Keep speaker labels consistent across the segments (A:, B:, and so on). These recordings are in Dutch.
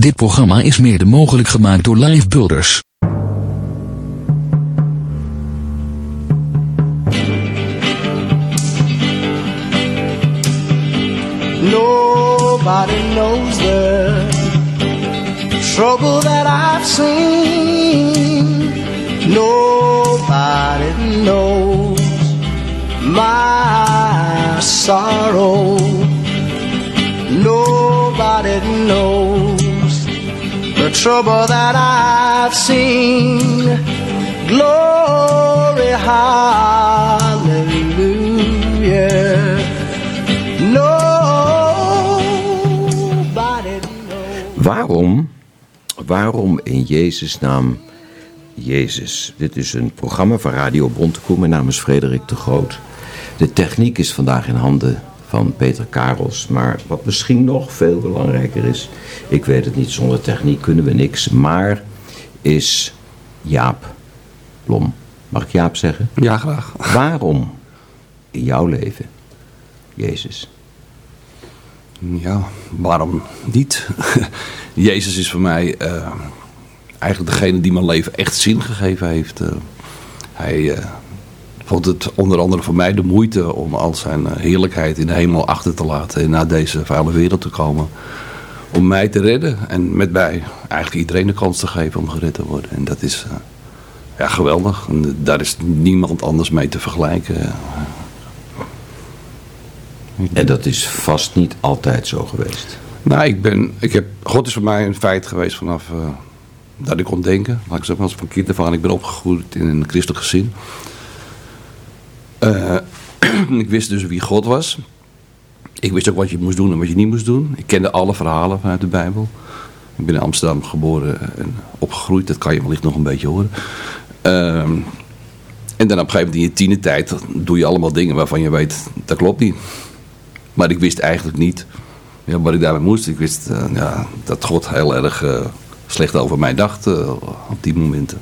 A: Dit programma is mede mogelijk gemaakt door Live Builders.
B: Nobody knows the trouble that I've seen. Nobody knows my sorrow. Nobody knows the trouble that I've seen. Glory, hallelujah. Nobody knows.
C: Waarom in Jezus' naam Jezus? Dit is een programma van Radio Bontekoe. Mijn naam is Frederik de Groot. De techniek is vandaag in handen van Peter Karels. Maar wat misschien nog veel belangrijker is, ik weet het niet, zonder techniek kunnen we niks, maar is Jaap Blom. Mag ik Jaap zeggen?
D: Ja, graag.
C: Waarom in jouw leven Jezus?
D: Ja, waarom niet? Jezus is voor mij eigenlijk degene die mijn leven echt zin gegeven heeft. Hij vond het onder andere voor mij de moeite om al zijn heerlijkheid in de hemel achter te laten en naar deze vuile wereld te komen. Om mij te redden en met mij eigenlijk iedereen de kans te geven om gered te worden. En dat is geweldig. En daar is niemand anders mee te vergelijken.
C: En dat is vast niet altijd zo geweest.
D: Nou, God is voor mij een feit geweest vanaf dat ik kon denken. Laat ik zeggen, als van kind af aan. Ik ben opgegroeid in een christelijk gezin. Ik wist dus wie God was. Ik wist ook wat je moest doen en wat je niet moest doen. Ik kende alle verhalen vanuit de Bijbel. Ik ben in Amsterdam geboren en opgegroeid. Dat kan je wellicht nog een beetje horen. En dan op een gegeven moment in je tienertijd doe je allemaal dingen waarvan je weet, dat klopt niet. Maar ik wist eigenlijk niet wat ik daarmee moest. Ik wist dat God heel erg slecht over mij dacht op die momenten.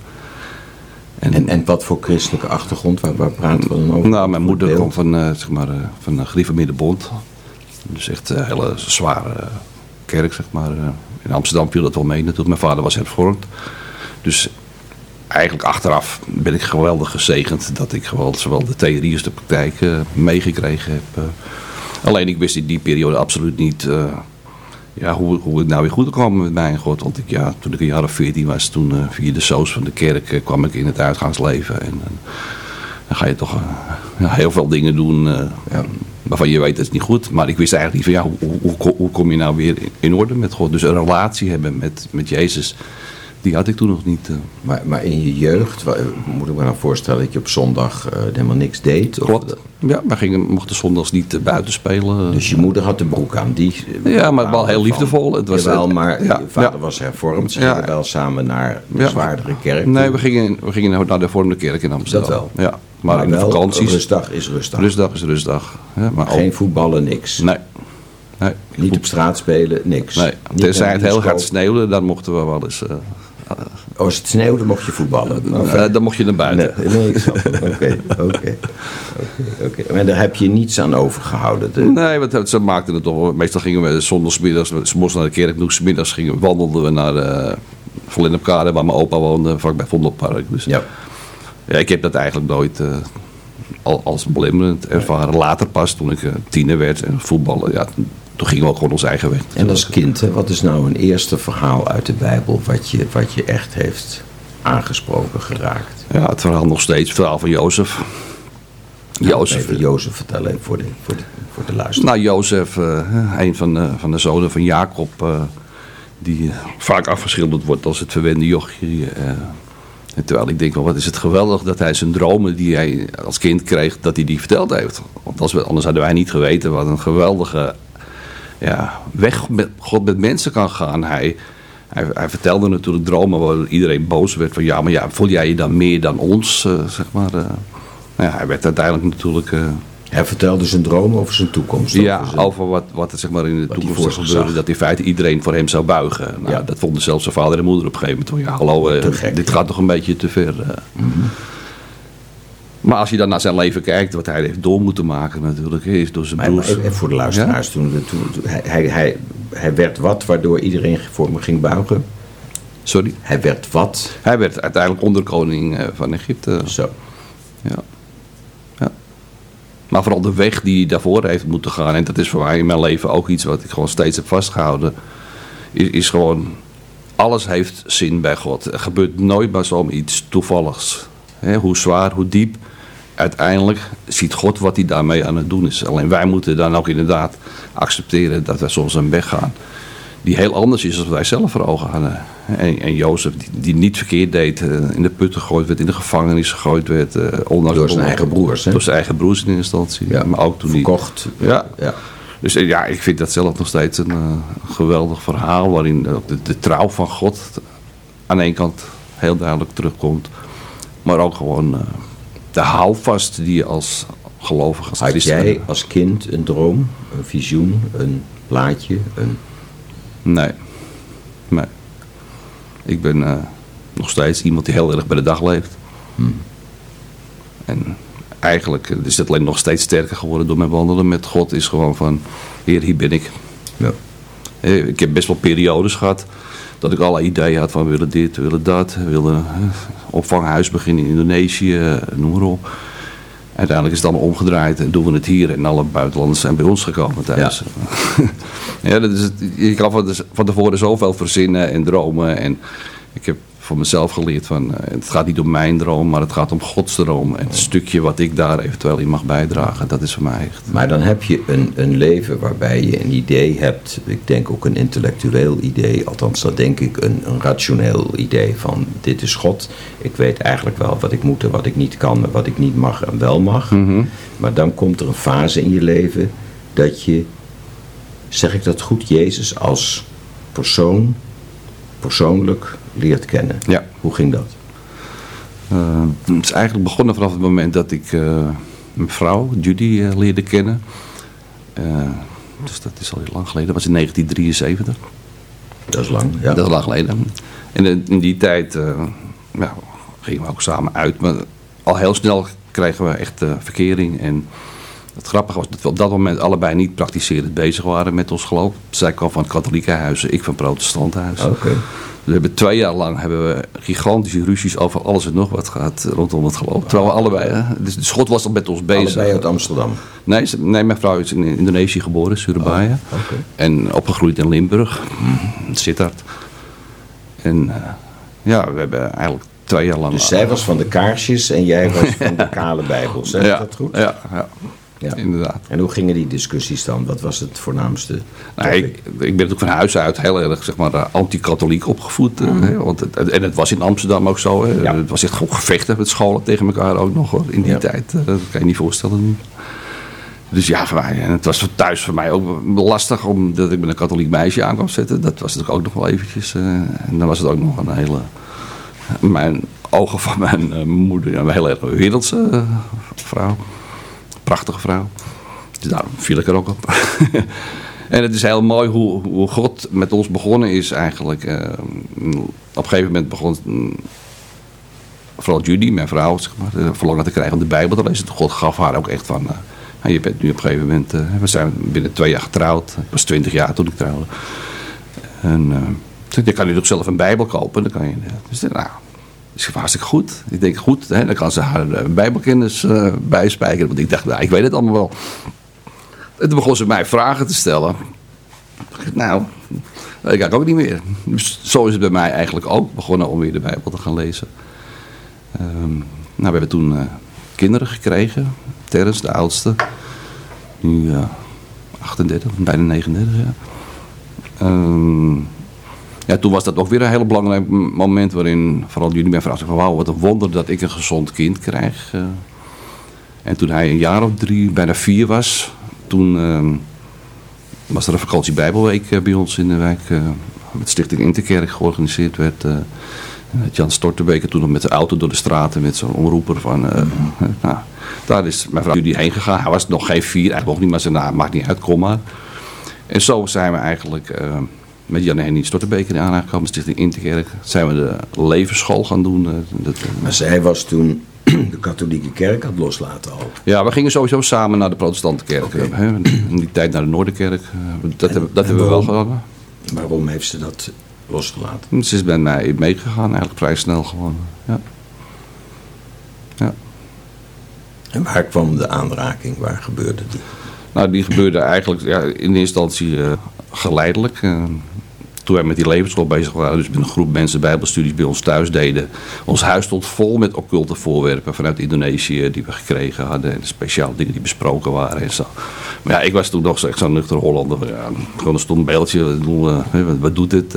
C: En wat voor christelijke achtergrond, waar praten we dan over?
D: Nou, mijn moeder kwam van een gereformeerde bond. Dus echt een hele zware kerk, zeg maar. In Amsterdam viel dat wel mee natuurlijk. Mijn vader was hervormd. Dus eigenlijk achteraf ben ik geweldig gezegend dat ik gewoon zowel de theorie als de praktijk meegekregen heb. Alleen ik wist in die periode absoluut niet hoe het nou weer goed kwam met mij en God. Want toen ik een jaar of 14 was, toen via de soos van de kerk kwam ik in het uitgaansleven. En dan ga je toch heel veel dingen doen waarvan je weet dat het niet goed. Maar ik wist eigenlijk niet van hoe kom je nou weer in orde met God. Dus een relatie hebben met Jezus, die had ik toen nog niet.
C: Maar in je jeugd, moet ik me nou voorstellen dat je op zondag helemaal niks deed?
D: Klopt. Ja, we mochten zondags niet buiten spelen.
C: Dus je moeder had de broek aan.
D: Ja, maar wel heel liefdevol. Het was
C: jawel, maar je vader was hervormd. Ze gingen wel samen naar de zwaardere kerk.
D: Nee, we gingen naar de hervormde kerk in Amsterdam.
C: Dat wel.
D: Ja, maar in de vakanties.
C: Rustdag is rustdag.
D: Rustdag is rustdag. Ja, maar
C: geen voetballen, niks.
D: Nee.
C: Niet op straat spelen, niks.
D: Nee, tenzij het heel hard sneeuwde, dan mochten we wel eens.
C: Als het sneeuwde mocht je voetballen?
D: Dan mocht je naar buiten.
C: Nee, ik snap het. Oké. Maar daar heb je niets aan overgehouden?
D: Nee, want ze maakten het toch. Meestal gingen we zondagsmiddags, ze moesten naar de kerk, nog 's middags wandelden we naar Volendamkade, waar mijn opa woonde, vlakbij Vondelpark. Dus ja, ik heb dat eigenlijk nooit als belemmerend ervaren. Later pas, toen ik tiener werd en voetballen, toen gingen we ook gewoon ons eigen weg.
C: En als kind, wat is nou een eerste verhaal uit de Bijbel wat je echt heeft aangesproken, geraakt?
D: Ja, het verhaal nog steeds, het verhaal van Jozef.
C: Jozef vertellen voor de luisteraar.
D: Nou, Jozef, een van de zonen van Jacob, die vaak afgeschilderd wordt als het verwende jochje. En terwijl ik denk, wat is het geweldig dat hij zijn dromen die hij als kind kreeg, dat hij die verteld heeft. Want anders hadden wij niet geweten wat een geweldige weg met God met mensen kan gaan. Hij vertelde natuurlijk dromen waar iedereen boos werd van voel jij je dan meer dan ons, zeg maar. Hij werd uiteindelijk natuurlijk.
C: Hij vertelde zijn dromen over zijn toekomst.
D: Over wat er zeg maar in de toekomst zou gebeuren. Dat in feite iedereen voor hem zou buigen. Nou, dat vonden zelfs zijn vader en moeder op een gegeven moment. Dit gaat toch een beetje te ver. Maar als je dan naar zijn leven kijkt, wat hij heeft door moeten maken natuurlijk, is door zijn
C: Maar
D: broers.
C: even voor de luisteraars, toen hij werd wat, waardoor iedereen voor hem ging buigen?
D: Sorry?
C: Hij werd wat?
D: Hij werd uiteindelijk onderkoning van Egypte.
C: Zo.
D: Ja. Maar vooral de weg die hij daarvoor heeft moeten gaan, en dat is voor mij in mijn leven ook iets wat ik gewoon steeds heb vastgehouden, is gewoon, alles heeft zin bij God. Er gebeurt nooit maar zoiets toevalligs. Hoe zwaar, hoe diep, uiteindelijk ziet God wat hij daarmee aan het doen is. Alleen wij moeten dan ook inderdaad accepteren dat wij soms een weg gaan die heel anders is dan wij zelf voor ogen hadden. En Jozef, die niet verkeerd deed, in de put gegooid werd, in de gevangenis gegooid werd.
C: Door zijn eigen broers, hè?
D: Door zijn eigen broers in instantie.
C: Ja,
D: maar ook toen
C: verkocht.
D: Ja.
C: Ja.
D: Dus ja, ik vind dat zelf nog steeds een geweldig verhaal, waarin de trouw van God aan één kant heel duidelijk terugkomt. Maar ook gewoon de houvast die je als gelovige, als
C: Had
D: christen...
C: jij als kind een droom, een visioen, een plaatje?
D: Nee. Ik ben nog steeds iemand die heel erg bij de dag leeft. En eigenlijk is het alleen nog steeds sterker geworden door mijn wandelen met God. Is gewoon van, Heer, hier ben ik.
C: Ja.
D: Ik heb best wel periodes gehad dat ik allerlei ideeën had van, we willen dit, we willen dat. We willen opvanghuis beginnen in Indonesië, noem maar op. Uiteindelijk is het allemaal omgedraaid en doen we het hier. En alle buitenlanders zijn bij ons gekomen thuis. Ja, dat is het, je kan van tevoren zoveel verzinnen en dromen. En ik heb voor mezelf geleerd van, het gaat niet om mijn droom, maar het gaat om Gods droom. En het stukje wat ik daar eventueel in mag bijdragen, dat is voor mij echt.
C: Maar dan heb je een leven waarbij je een idee hebt, ik denk ook een intellectueel idee, althans dat denk ik, een rationeel idee van dit is God. Ik weet eigenlijk wel wat ik moet en wat ik niet kan en wat ik niet mag en wel mag.
D: Mm-hmm.
C: Maar dan komt er een fase in je leven dat je, zeg ik dat goed, Jezus als persoonlijk leert kennen.
D: Ja.
C: Hoe ging dat?
D: Het is eigenlijk begonnen vanaf het moment dat ik mijn vrouw, Judy, leerde kennen. Dus dat is al heel lang geleden. Dat was in 1973.
C: Dat is lang, ja.
D: Dat is lang geleden. En in die tijd gingen we ook samen uit. Maar al heel snel kregen we echt verkering. En het grappige was dat we op dat moment allebei niet praktiserend bezig waren met ons geloof. Zij kwam van katholieke huizen, ik van protestante huizen.
C: Oké.
D: We hebben 2 jaar lang gigantische ruzies over alles en nog wat gehad rondom het geloof. Terwijl we allebei, hè? Dus God was al met ons bezig.
C: Allebei uit Amsterdam?
D: Nee, mijn vrouw is in Indonesië geboren, Surabaya.
C: Oh, okay.
D: En opgegroeid in Limburg, Sittard. En we hebben eigenlijk 2 jaar lang...
C: Dus zij was van de kaarsjes en jij was van de kale bijbel, zeg ik dat goed?
D: Ja, inderdaad.
C: En hoe gingen die discussies dan? Wat was het voornaamste?
D: Ik ben natuurlijk van huis uit heel erg, zeg maar, anti-katholiek opgevoed. En het was in Amsterdam ook zo. Hè.
C: Ja.
D: Het was echt gewoon gevechten met scholen tegen elkaar ook nog, hoor, in die tijd. Dat kan je niet voorstellen nu. Dus ja, voor mij, en het was thuis voor mij ook lastig omdat ik met een katholiek meisje aan kwam zetten. Dat was natuurlijk ook nog wel eventjes. En dan was het ook nog een hele... Mijn ogen van mijn moeder, een heel erg wereldse vrouw. Prachtige vrouw. Dus daarom viel ik er ook op. En het is heel mooi hoe God met ons begonnen is eigenlijk. Op een gegeven moment begon vooral Judy, mijn vrouw, zeg maar, verlangen te krijgen om de Bijbel te lezen. God gaf haar ook echt van, je bent nu op een gegeven moment, we zijn binnen 2 jaar getrouwd. Ik was 20 jaar toen ik trouwde. En je kan nu ook zelf een Bijbel kopen. Dan kan je, dus dat is hartstikke goed. Ik denk goed, hè, dan kan ze haar Bijbelkennis bijspijkeren. Want ik dacht, ik weet het allemaal wel. En toen begon ze mij vragen te stellen. Nou, dat ga ik ook niet meer. Dus zo is het bij mij eigenlijk ook begonnen om weer de Bijbel te gaan lezen. We hebben toen kinderen gekregen. Terrence, de oudste. Nu 38, bijna 39 jaar. Toen was dat ook weer een heel belangrijk moment waarin vooral jullie mijn vrouw zeggen van wauw, wat een wonder dat ik een gezond kind krijg. En toen hij een jaar of 3, bijna 4 was, toen was er een vakantie Bijbelweek bij ons in de wijk, met Stichting Interkerk georganiseerd werd. Jan Stortebeker toen nog met de auto door de straten met zo'n omroeper van, daar is mijn vrouw jullie heen gegaan. Hij was nog geen 4, eigenlijk nog niet, maar zei maakt niet uit, kom maar. En zo zijn we eigenlijk... met Jan en Henny Stortebeker aangekomen, Stichting Interkerk, zijn we de levensschool gaan doen.
C: Maar zij was toen de katholieke kerk had loslaten al.
D: Ja, we gingen sowieso samen naar de protestante kerk.
C: Oké.
D: Hè. In die tijd naar de Noorderkerk. Dat hebben we wel gehad.
C: Waarom heeft ze dat losgelaten?
D: Ze is met mij meegegaan, eigenlijk vrij snel gewoon. Ja. Ja.
C: En waar kwam de aanraking? Waar gebeurde die?
D: Nou, die gebeurde eigenlijk in eerste instantie geleidelijk. Toen wij met die levensschool bezig waren, dus met een groep mensen bijbelstudies bij ons thuis deden. Ons huis stond vol met occulte voorwerpen vanuit Indonesië die we gekregen hadden. En speciaal dingen die besproken waren en zo. Maar ja, ik was toen nog echt zo'n nuchter Hollander. Ja, gewoon een stom beeldje. Wat doet dit?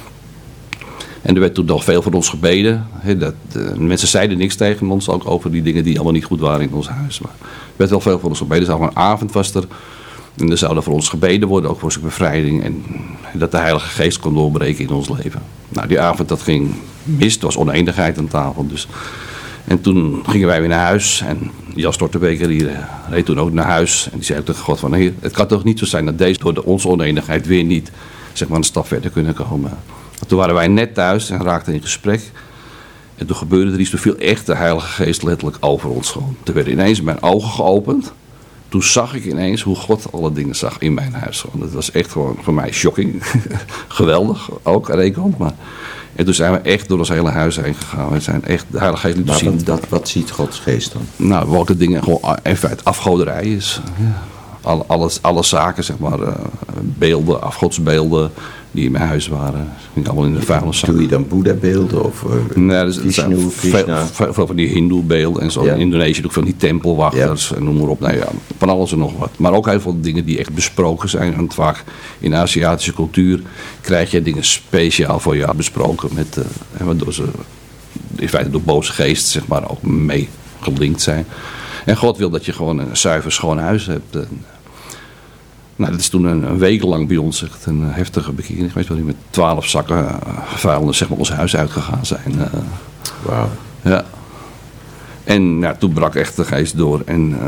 D: En er werd toen nog veel voor ons gebeden. Mensen zeiden niks tegen ons, ook over die dingen die allemaal niet goed waren in ons huis. Maar er werd wel veel voor ons gebeden. Dus een avond was er. En er zou er voor ons gebeden worden, ook voor zijn bevrijding. En dat de Heilige Geest kon doorbreken in ons leven. Nou, die avond dat ging mis. Het was oneenigheid aan tafel. Dus. En toen gingen wij weer naar huis. En Jan Stortebeker die reed toen ook naar huis. En die zei tegen God van, Heer, het kan toch niet zo zijn dat deze door onze oneenigheid weer niet, zeg maar, een stap verder kunnen komen. Toen waren wij net thuis en raakten in gesprek. En toen gebeurde er iets. Toen viel echt de Heilige Geest letterlijk over ons gewoon. Toen werden ineens mijn ogen geopend. Toen zag ik ineens hoe God alle dingen zag in mijn huis. Dat was echt gewoon voor mij shocking. Geweldig, ook aan één kant. Maar. En toen zijn we echt door ons hele huis heen gegaan. We zijn echt de Heilige Geest lieten zien.
C: Wat ziet Gods Geest dan?
D: Nou, welke dingen gewoon in feite afgoderij is. Ja. Alle zaken, zeg maar, beelden, afgodsbeelden die in mijn huis waren. Ging allemaal in de vuilniszak.
C: Doe je dan Boeddha-beelden of
D: nee, dat
C: Vishnu, Krishna?
D: Veel van die Hindoe-beelden en zo.
C: Ja.
D: In Indonesië doe ik van die tempelwachters en noem maar op. Nou ja, van alles en nog wat. Maar ook heel veel dingen die echt besproken zijn. Want vaak in de Aziatische cultuur krijg je dingen speciaal voor je besproken. Waardoor ze in feite door boze geest, zeg maar, ook mee gelinkt zijn. En God wil dat je gewoon een zuiver schoon huis hebt. Nou, dat is toen een week lang bij ons echt een heftige bekering. Ik weet wel, die met 12 zakken vuilnis, zeg maar, ons huis uitgegaan zijn.
C: Wauw.
D: Ja. En nou, toen brak echt de geest door. En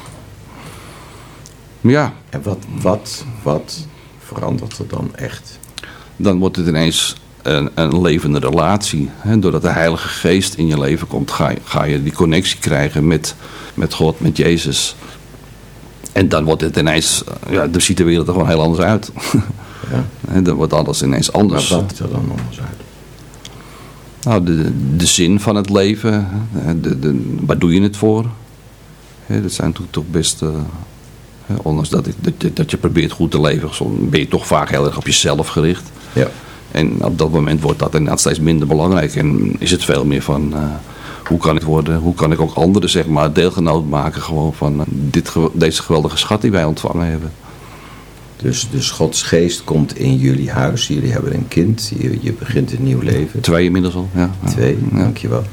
D: ja.
C: En wat verandert er dan echt?
D: Dan wordt het ineens een levende relatie. Hè? Doordat de Heilige Geest in je leven komt, ga je die connectie krijgen met God, met Jezus. En dan wordt het ineens, dan ziet de wereld er gewoon heel anders uit. Ja. En dan wordt alles ineens anders.
C: Maar wat ziet er dan anders uit?
D: Nou, de zin van het leven. Waar doe je het voor? Dat zijn toch best, ondanks dat je probeert goed te leven, ben je toch vaak heel erg op jezelf gericht.
C: Ja.
D: En op dat moment wordt dat inderdaad steeds minder belangrijk. En is het veel meer van, hoe kan het worden? Hoe kan ik ook anderen, zeg maar, deelgenoot maken gewoon van deze geweldige schat die wij ontvangen hebben.
C: Dus Gods Geest komt in jullie huis. Jullie hebben een kind. Je begint een nieuw leven.
D: 2 inmiddels al. Ja.
C: 2,
D: ja.
C: Dankjewel.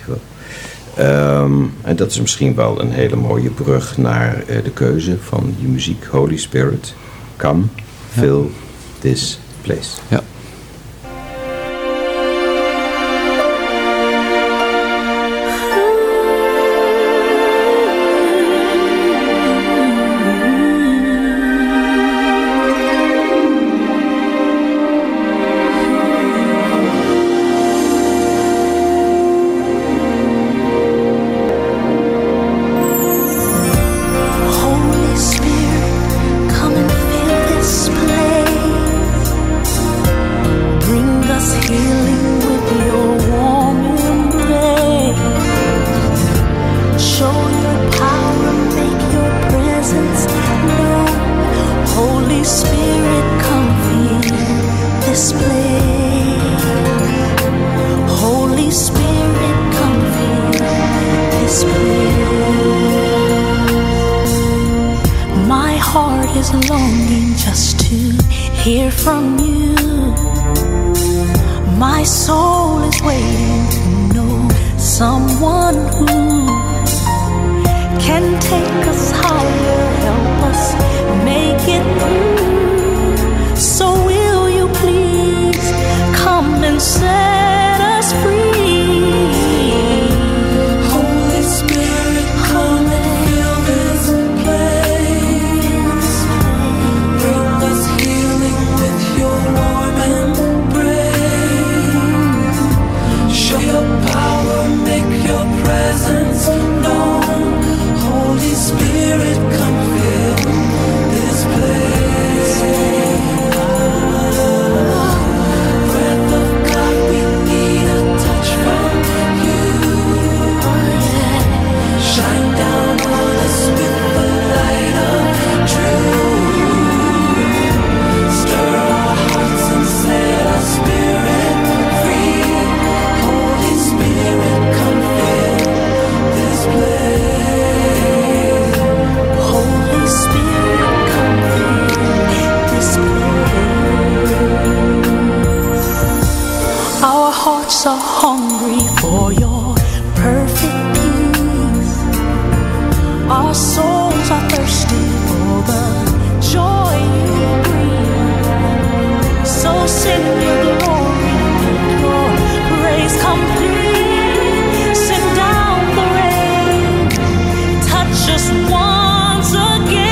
C: En dat is misschien wel een hele mooie brug naar de keuze van je muziek. Holy Spirit, come, fill this place.
D: Ja.
E: Show your power, make your presence hearts are hungry for your perfect peace. Our souls are thirsty for the joy you bring. So send your glory and your praise complete. Send down the rain, touch us once again.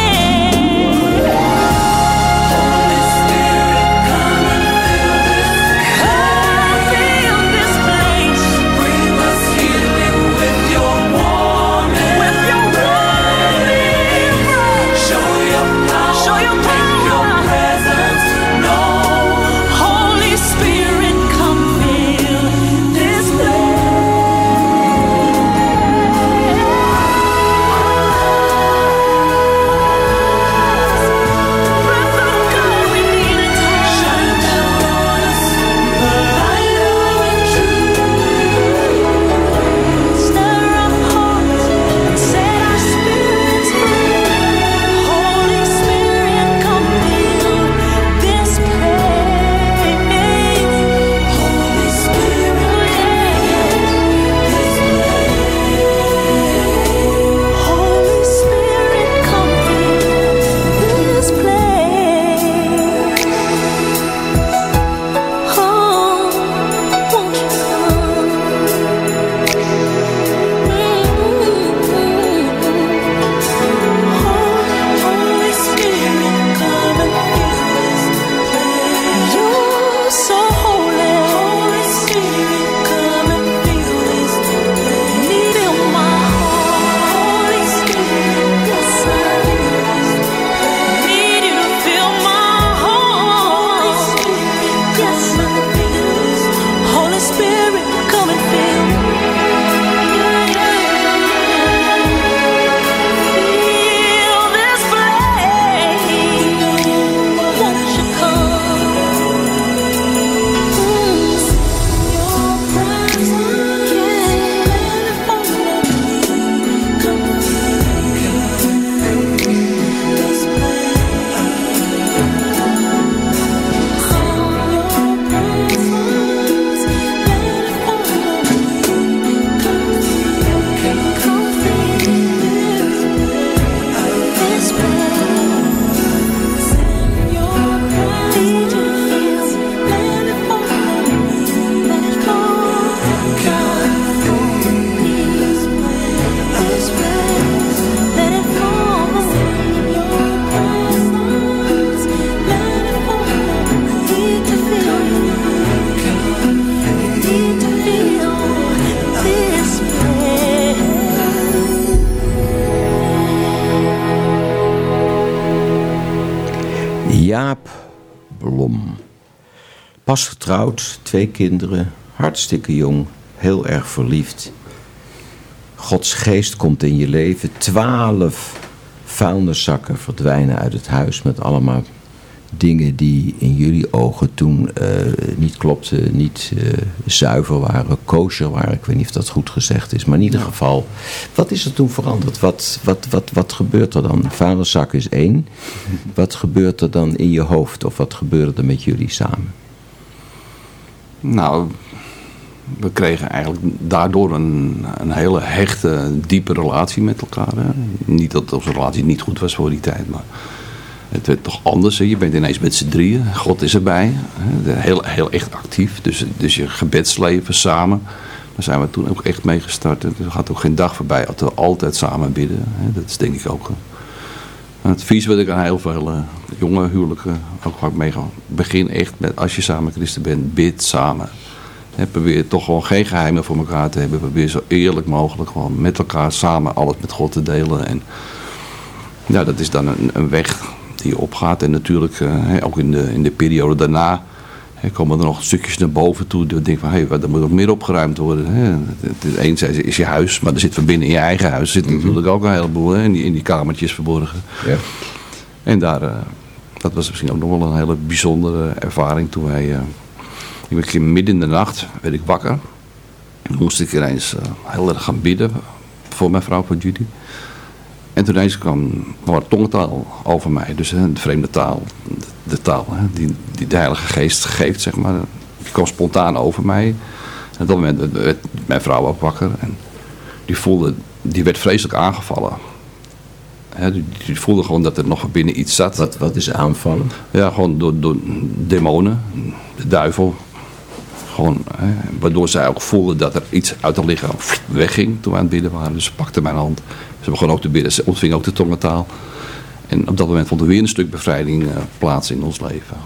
C: Jaap Blom. Pas getrouwd, 2 kinderen, hartstikke jong, heel erg verliefd. Gods geest komt in je leven. 12 vuilniszakken verdwijnen uit het huis met allemaal dingen die in jullie ogen toen niet klopten, niet zuiver waren, kosher waren. Ik weet niet of dat goed gezegd is, maar in ieder geval, wat is er toen veranderd? Wat gebeurt er dan? Vuilniszak is 1. Wat gebeurt er dan in je hoofd of wat gebeurde er met jullie samen?
D: Nou, we kregen eigenlijk daardoor een hele hechte, diepe relatie met elkaar. Hè. Niet dat onze relatie niet goed was voor die tijd, maar het werd toch anders. Hè. Je bent ineens met z'n drieën, God is erbij. Hè. Heel echt actief, dus je gebedsleven samen. Daar zijn we toen ook echt mee gestart. Er gaat ook geen dag voorbij dat we altijd samen bidden. Hè. Dat is denk ik ook een advies wat ik aan heel veel jonge huwelijken ook vaak meegaan. Begin echt met, als je samen christen bent, bid samen. He, probeer toch gewoon geen geheimen voor elkaar te hebben. Probeer zo eerlijk mogelijk gewoon met elkaar samen alles met God te delen. En ja, dat is dan een weg die je opgaat. En natuurlijk ook in de periode daarna komen er nog stukjes naar boven toe. Dat je denkt van, er moet ook meer opgeruimd worden. Eén is je huis, maar er zit van binnen in je eigen huis zit natuurlijk ook een heleboel in die kamertjes verborgen. Ja. En dat was misschien ook nog wel een hele bijzondere ervaring toen wij... midden in de nacht werd ik wakker. Moest ik ineens heel erg gaan bidden voor mijn vrouw, voor Judy. En toen ineens kwam er tongentaal over mij. Dus de vreemde taal, de taal die de Heilige Geest geeft, zeg maar. Die kwam spontaan over mij. En op dat moment werd mijn vrouw ook wakker. En die werd vreselijk aangevallen. Die voelde gewoon dat er nog binnen iets zat.
C: Wat is aanvallen?
D: Ja, gewoon door demonen, de duivel. Gewoon, waardoor zij ook voelde dat er iets uit haar lichaam wegging toen we aan het bidden waren. Dus ze pakte mijn hand. Ze begon ook te bidden. Ze ontving ook de tongentaal. En op dat moment vond er weer een stuk bevrijding plaats in ons leven.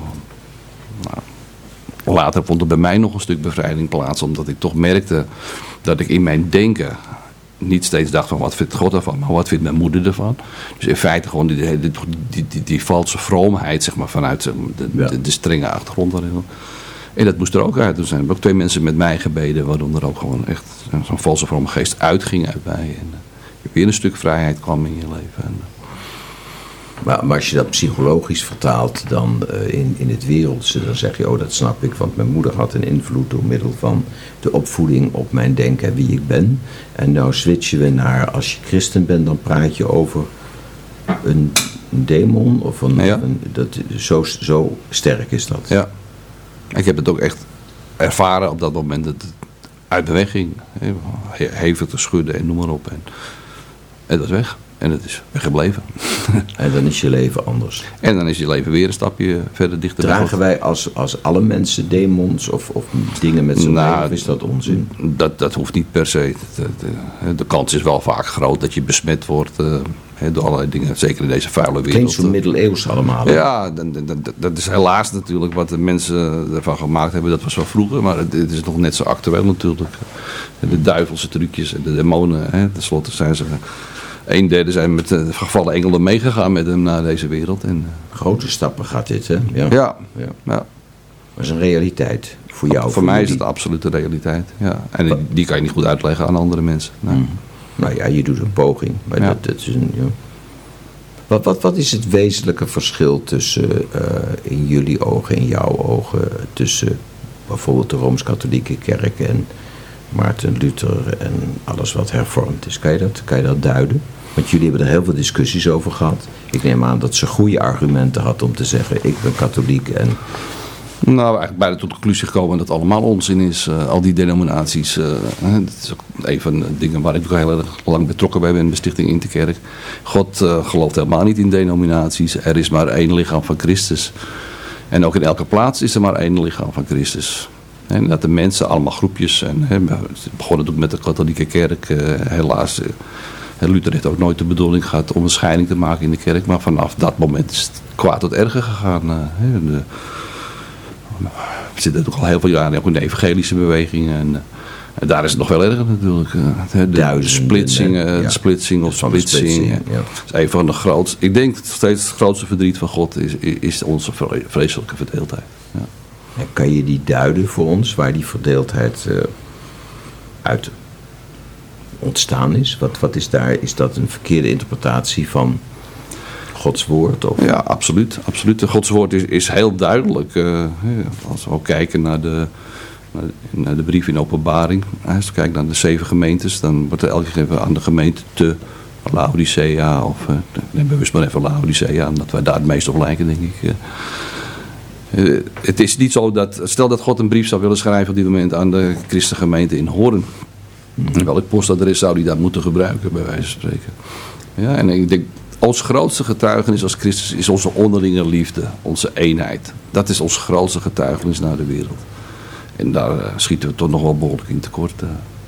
D: Later vond er bij mij nog een stuk bevrijding plaats. Omdat ik toch merkte dat ik in mijn denken niet steeds dacht van wat vindt God ervan, maar wat vindt mijn moeder ervan. Dus in feite gewoon die valse vroomheid, zeg maar, vanuit de strenge achtergrond daarin. En dat moest er ook uit. Er zijn ook 2 mensen met mij gebeden, waaronder ook gewoon echt zo'n valse vrome geest uitging uit mij. En weer een stuk vrijheid kwam in je leven.
C: Maar als je dat psychologisch vertaalt dan in het wereldse, dan zeg je, dat snap ik, want mijn moeder had een invloed door middel van de opvoeding op mijn denken en wie ik ben. En nou switchen we naar, als je christen bent, dan praat je over een demon of zo sterk is dat.
D: Ja, ik heb het ook echt ervaren op dat moment dat het uit de weg ging. Hevig te schudden en noem maar op. En het was weg. En het is weggebleven.
C: En dan is je leven anders.
D: En dan is je leven weer een stapje verder dichter.
C: Dragen wij als alle mensen demons of dingen met z'n leven? Of is dat onzin?
D: Dat hoeft niet per se. De kans is wel vaak groot dat je besmet wordt door allerlei dingen. Zeker in deze vuile wereld.
C: Klinkt zo middeleeuws allemaal. Hè?
D: Ja, dat is helaas natuurlijk wat de mensen ervan gemaakt hebben. Dat was wel vroeger, maar het is nog net zo actueel natuurlijk. De duivelse trucjes en de demonen. Ten slotte zijn ze... 1/3 zijn met gevallen engelen meegegaan met hem naar deze wereld.
C: Grote stappen gaat dit, hè?
D: Ja.
C: Dat is een realiteit voor jou.
D: Voor mij is het absoluut een realiteit. Ja. En die kan je niet goed uitleggen aan andere mensen. Nee.
C: Nou ja, je doet een poging. Maar dat is Wat is het wezenlijke verschil tussen, in jullie ogen, in jouw ogen, tussen bijvoorbeeld de Rooms-Katholieke Kerk en Maarten Luther en alles wat hervormd is? Kan je dat duiden? Want jullie hebben er heel veel discussies over gehad. Ik neem aan dat ze goede argumenten had om te zeggen, ik ben katholiek en...
D: Nou, eigenlijk bijna tot de conclusie gekomen dat het allemaal onzin is. Al die denominaties. Dat is ook een van de dingen waar ik ook heel erg lang betrokken bij ben, de Stichting Interkerk. God gelooft helemaal niet in denominaties. Er is maar 1 lichaam van Christus. En ook in elke plaats is er maar 1 lichaam van Christus. En dat de mensen, allemaal groepjes. En het begon natuurlijk met de katholieke kerk. Helaas, Luther heeft ook nooit de bedoeling gehad om een scheiding te maken in de kerk. Maar vanaf dat moment is het kwaad tot erger gegaan. We zitten ook al heel veel jaren ook in de evangelische bewegingen. En daar is het nog wel erger natuurlijk. De splitsing. Ja. Is een van de grootste. Ik denk dat steeds het grootste verdriet van God is onze vreselijke verdeeldheid. Ja.
C: En kan je die duiden voor ons, waar die verdeeldheid uit ontstaan is? Wat is daar? Is dat een verkeerde interpretatie van Gods woord? Of?
D: Ja, absoluut. Gods woord is heel duidelijk. Als we ook kijken naar de brief in Openbaring. Als we kijken naar de 7 gemeentes, dan wordt er elke keer gegeven aan de gemeente te Laodicea. Of neem bewust maar even Laodicea, omdat wij daar het meest op lijken, denk ik. Het is niet zo dat, stel dat God een brief zou willen schrijven op dit moment aan de christengemeente in Hoorn. Welk postadres zou hij daar moeten gebruiken, bij wijze van spreken. Ja, en ik denk, ons grootste getuigenis als Christus is onze onderlinge liefde, onze eenheid. Dat is ons grootste getuigenis naar de wereld. En daar schieten we toch nog wel behoorlijk in tekort.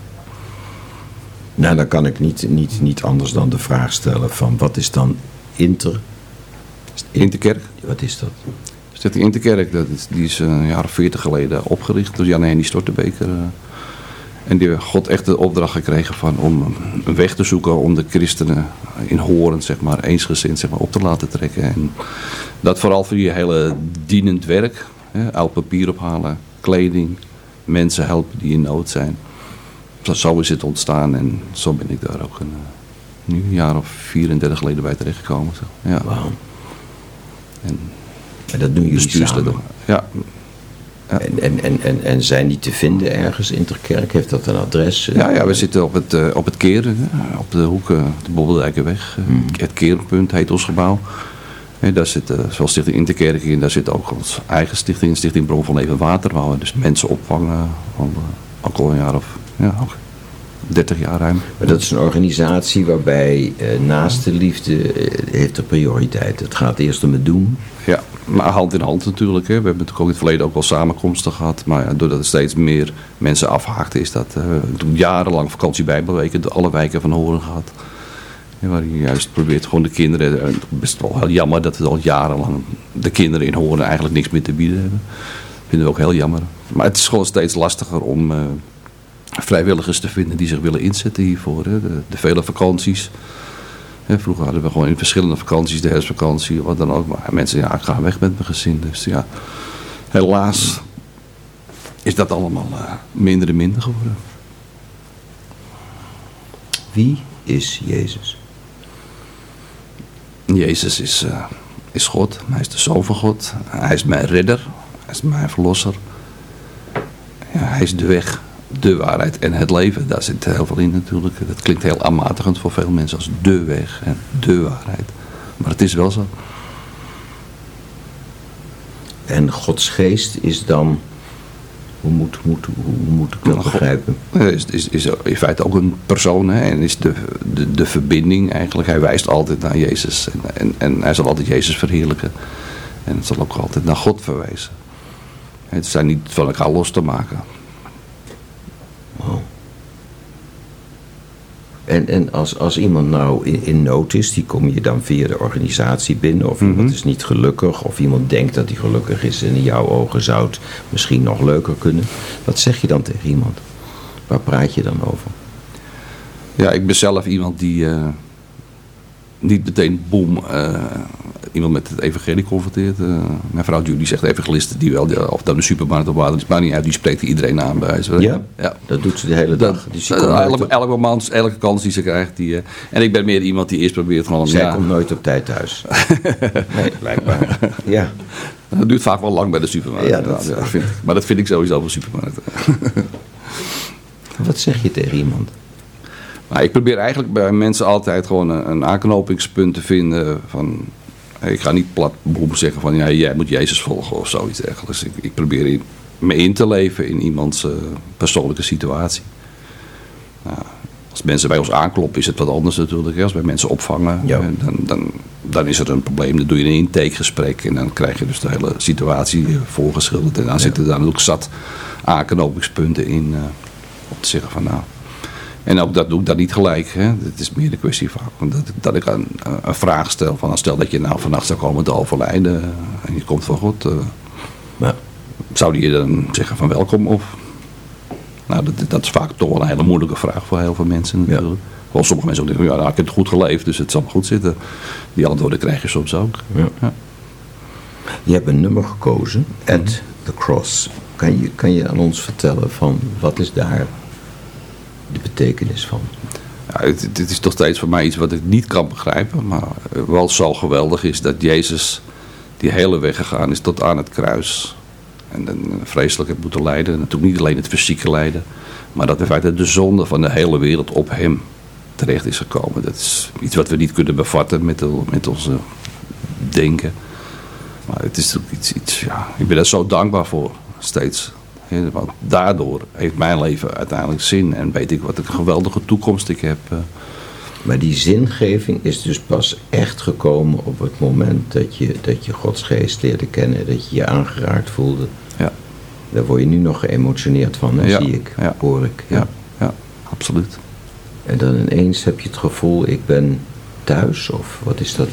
C: Nou, dan kan ik niet anders dan de vraag stellen van, wat is dan
D: Interkerk?
C: Wat is dat?
D: Stichting Interkerk, die is een jaar of 40 geleden opgericht door Jan Henny Stortebeker. En die heeft God echt de opdracht gekregen om een weg te zoeken om de christenen in Hoorn, zeg maar, eensgezind, zeg maar, op te laten trekken. En dat vooral voor die hele dienend werk. Oud papier ophalen, kleding, mensen helpen die in nood zijn. Zo is het ontstaan en zo ben ik daar ook nu een jaar of 34 geleden bij terechtgekomen. Ja.
C: Wauw. En dat doen jullie samen?
D: Ja.
C: En zijn die te vinden ergens, Interkerk? Heeft dat een adres?
D: Ja, we zitten op het Keren, op de hoek, de Bobbeldijkerweg. Het Kerenpunt heet ons gebouw. En daar zit, zoals Stichting Interkerk in, daar zit ook onze eigen stichting, Stichting Bron van Leven Water, waar we dus mensen opvangen. Ook al een jaar of 30 jaar ruim.
C: Maar dat is een organisatie waarbij naaste liefde heeft de prioriteit. Het gaat eerst om het doen.
D: Ja, maar hand in hand natuurlijk. Hè. We hebben natuurlijk ook in het verleden ook wel samenkomsten gehad. Maar ja, doordat er steeds meer mensen afhaakten, is dat toen jarenlang vakantie Bijbelweken door alle wijken van Horen gehad. Ja, waar je juist probeert gewoon de kinderen. Het is best wel heel jammer dat we al jarenlang de kinderen in Horen eigenlijk niks meer te bieden hebben. Dat vinden we ook heel jammer. Maar het is gewoon steeds lastiger om vrijwilligers te vinden die zich willen inzetten hiervoor. Hè. De vele vakanties. Vroeger hadden we gewoon in verschillende vakanties, de herfstvakantie, wat dan ook. Maar mensen, ja, ik ga weg met mijn gezin. Dus ja, helaas is dat allemaal minder en minder geworden.
C: Wie is Jezus?
D: Jezus is God. Hij is de Zoon van God. Hij is mijn redder. Hij is mijn verlosser. Ja, hij is de weg, de waarheid en het leven. Daar zit heel veel in natuurlijk. Dat klinkt heel aanmatigend voor veel mensen als de weg en de waarheid. Maar het is wel zo.
C: En Gods geest is dan... Hoe moet ik dat begrijpen?
D: Is in feite ook een persoon. Hè, en is de verbinding eigenlijk. Hij wijst altijd naar Jezus. En hij zal altijd Jezus verheerlijken. En het zal ook altijd naar God verwijzen. Het zijn niet van elkaar los te maken.
C: Wow. En als iemand nou in nood is, die kom je dan via de organisatie binnen, of iemand is niet gelukkig, of iemand denkt dat hij gelukkig is en in jouw ogen zou het misschien nog leuker kunnen. Wat zeg je dan tegen iemand? Waar praat je dan over?
D: Ja, ik ben zelf iemand die niet meteen boem iemand met het evangelie confronteert. Mijn vrouw Julie zegt evangelisten die wel, of dan de supermarkt op water is, maar niet uit, die spreekt iedereen aan bij wijze.
C: Ja? Dat doet ze de hele dag. Dus
D: elke maand, elke kans die ze krijgt. En ik ben meer iemand die eerst probeert gewoon...
C: Zij komt nooit op tijd thuis. Nee, blijkbaar. Ja.
D: Dat duurt vaak wel lang bij de supermarkt.
C: Ja, dat
D: vind ik. Maar dat vind ik sowieso van supermarkten.
C: Wat zeg je tegen iemand?
D: Nou, ik probeer eigenlijk bij mensen altijd gewoon een aanknopingspunt te vinden van... Ik ga niet plat zeggen van ja, jij moet Jezus volgen of zoiets dergelijks. Ik probeer me in te leven in iemands persoonlijke situatie. Nou, als mensen bij ons aankloppen is het wat anders natuurlijk. Als wij mensen opvangen,
C: ja.
D: dan is er een probleem. Dan doe je een intakegesprek en dan krijg je dus de hele situatie voorgeschilderd. En dan zitten daar natuurlijk zat aanknopingspunten in om te zeggen van nou... En ook dat doe ik dan niet gelijk. Hè. Het is meer een kwestie van dat ik een vraag stel. Van, stel dat je nou vannacht zou komen te overlijden. En je komt van God. Zou die je dan zeggen van welkom? Of? Nou, dat is vaak toch wel een hele moeilijke vraag voor heel veel mensen natuurlijk. Ja. Wel, sommige mensen ook denken, ja, nou, ik heb het goed geleefd. Dus het zal goed zitten. Die antwoorden krijg je soms ook.
C: Ja. Ja. Je hebt een nummer gekozen. At the Cross. Kan je aan ons vertellen van wat is daar... de betekenis van?
D: Ja, het is toch steeds voor mij iets wat ik niet kan begrijpen, maar wel zo geweldig is dat Jezus die hele weg gegaan is tot aan het kruis. En vreselijk heeft moeten lijden. En natuurlijk niet alleen het fysieke lijden, maar dat in feite de zonde van de hele wereld op hem terecht is gekomen. Dat is iets wat we niet kunnen bevatten met onze denken. Maar het is iets ja, ik ben daar zo dankbaar voor, steeds. Want daardoor heeft mijn leven uiteindelijk zin en weet ik wat een geweldige toekomst ik heb.
C: Maar die zingeving is dus pas echt gekomen op het moment dat je Gods geest leerde kennen, dat je je aangeraakt voelde.
D: Ja.
C: Daar word je nu nog geëmotioneerd van, hè, zie ik, hoor ik.
D: Ja, absoluut.
C: En dan ineens heb je het gevoel, ik ben thuis, of wat is dat?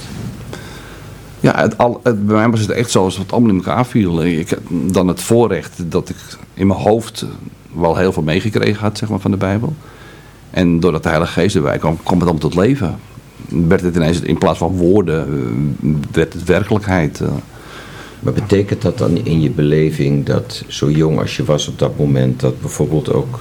D: Ja, bij mij was het echt zo als het allemaal in elkaar viel. Ik had dan het voorrecht dat ik in mijn hoofd wel heel veel meegekregen had, zeg maar, van de Bijbel. En doordat de Heilige Geest erbij kwam het allemaal tot leven. Werd het ineens, in plaats van woorden, werd het werkelijkheid.
C: Maar betekent dat dan in je beleving dat zo jong als je was op dat moment, dat bijvoorbeeld ook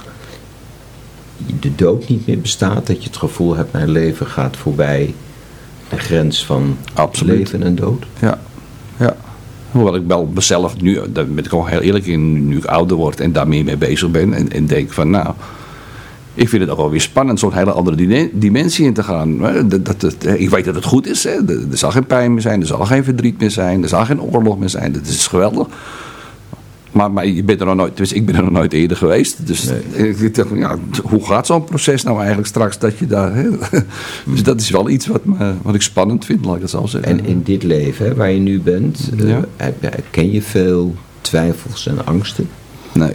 C: de dood niet meer bestaat? Dat je het gevoel hebt, mijn leven gaat voorbij de grens van leven en dood?
D: Ja. Hoewel ik wel mezelf nu, daar ben ik al heel eerlijk in, nu ik ouder word en daar meer mee bezig ben en denk van nou, ik vind het ook wel weer spannend zo'n hele andere dimensie in te gaan. Ik weet dat het goed is, hè. Er zal geen pijn meer zijn, er zal geen verdriet meer zijn, er zal geen oorlog meer zijn, dat is geweldig. Maar je bent er nog nooit, dus ik ben er nog nooit eerder geweest. Dus ik dacht, ja, hoe gaat zo'n proces nou eigenlijk straks dat je daar... Hè? Dus dat is wel iets wat ik spannend vind, laat ik het zo zeggen.
C: En in dit leven, hè, waar je nu bent, ken je veel twijfels en angsten?
D: Nee.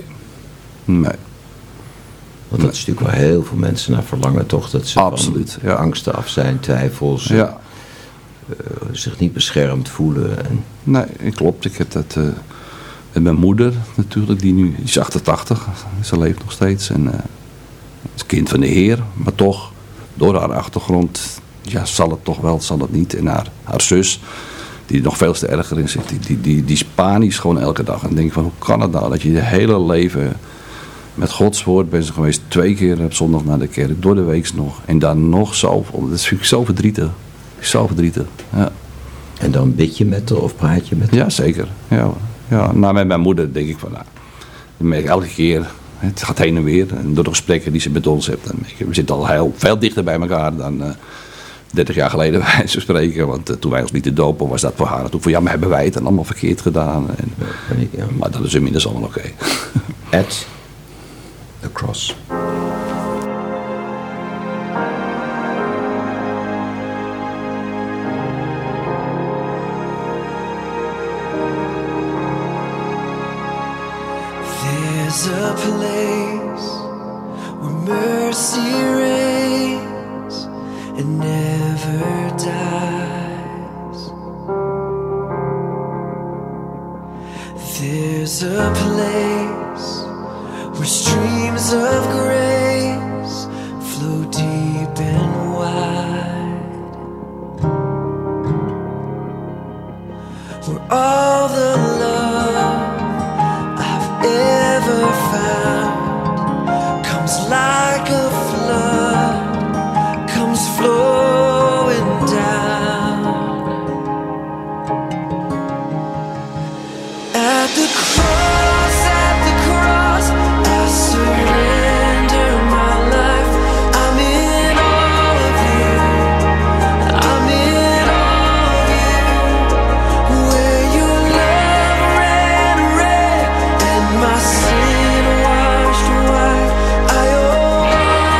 C: Want dat is natuurlijk wel heel veel mensen naar verlangen, toch? Dat ze
D: absoluut,
C: van angsten af zijn, twijfels.
D: Ja.
C: Zich niet beschermd voelen. En...
D: Nee, klopt. Ik heb dat... En mijn moeder natuurlijk, die is 88, ze leeft nog steeds. En is kind van de Heer, maar toch, door haar achtergrond, ja, zal het toch wel, zal het niet. En haar zus, die er nog veel te erger in zit, die is panisch gewoon elke dag. En denk van, hoe kan het nou dat je je hele leven met Gods woord bezig geweest, 2 keer op zondag naar de kerk, door de week nog. En dan nog zo, dat vind ik zo verdrietig. Zo verdrietig, ja.
C: En dan bid je met haar of praat je met haar?
D: Ja, zeker. Ja, nou, met mijn moeder denk ik van, nou, ik merk elke keer, het gaat heen en weer. En door de gesprekken die ze met ons heeft, dan merk je, we zitten al heel veel dichter bij elkaar dan 30 jaar geleden bij wijze van spreken. Want toen wij ons lieten dopen, was dat voor haar natuurlijk van, ja, maar hebben wij het dan allemaal verkeerd gedaan? En, maar dat is inmiddels allemaal oké.
C: At the cross.
B: There's a place where mercy reigns and never dies. There's a place where streams of grace flow deep and wide, where all the love I've ever found comes like a flood, comes flowing down. At the cross, I surrender my life. I'm in all of you, I'm in all of you. Where your love ran red and my sin washed white, I owe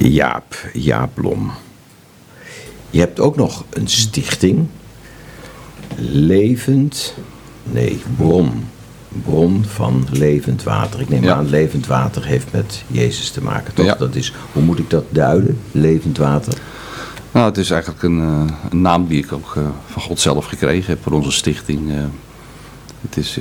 C: Jaap Blom. Je hebt ook nog een stichting. Bron van levend water. Ik neem
D: Ja.
C: aan, levend water heeft met Jezus te maken, toch?
D: Ja.
C: Dat is, hoe moet ik dat duiden? Levend water.
D: Nou, het is eigenlijk een naam die ik ook van God zelf gekregen heb voor onze stichting. Het is,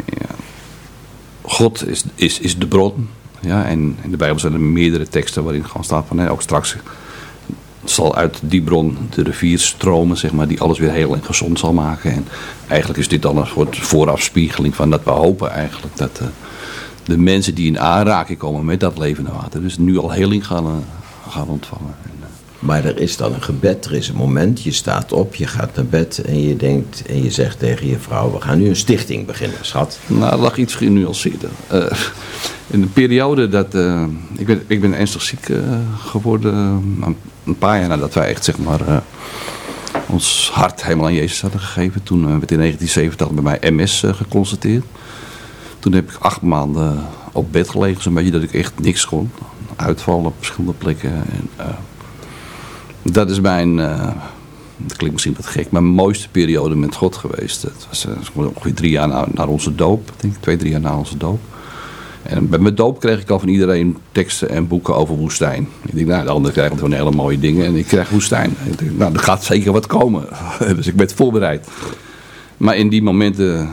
D: God is de bron. Ja, en in de Bijbel zijn er meerdere teksten waarin gewoon staat van, ook straks zal uit die bron de rivier stromen, zeg maar, die alles weer heel en gezond zal maken. En eigenlijk is dit dan een soort voorafspiegeling van dat we hopen eigenlijk dat de mensen die in aanraking komen met dat levende water, dus nu al heling gaan ontvangen.
C: Maar er is dan een gebed, er is een moment, je staat op, je gaat naar bed en je denkt en je zegt tegen je vrouw, we gaan nu een stichting beginnen, schat.
D: Nou, dat lag iets genuanceerder. In de periode dat... ik ben ernstig ziek geworden. Een paar jaar nadat wij echt, zeg maar, ons hart helemaal aan Jezus hadden gegeven. Toen werd in 1970 bij mij MS geconstateerd. Toen heb ik 8 maanden op bed gelegen, zo'n beetje dat ik echt niks kon. Uitvallen op verschillende plekken. En, dat is mijn... dat klinkt misschien wat gek, mijn mooiste periode met God geweest. Het was ongeveer 3 jaar na onze doop. Ik denk 2-3 jaar na onze doop. En bij mijn doop kreeg ik al van iedereen teksten en boeken over woestijn. Ik denk, nou, de anderen krijgen gewoon hele mooie dingen en ik krijg woestijn. Ik denk, nou, er gaat zeker wat komen. Dus ik ben voorbereid. Maar in die momenten,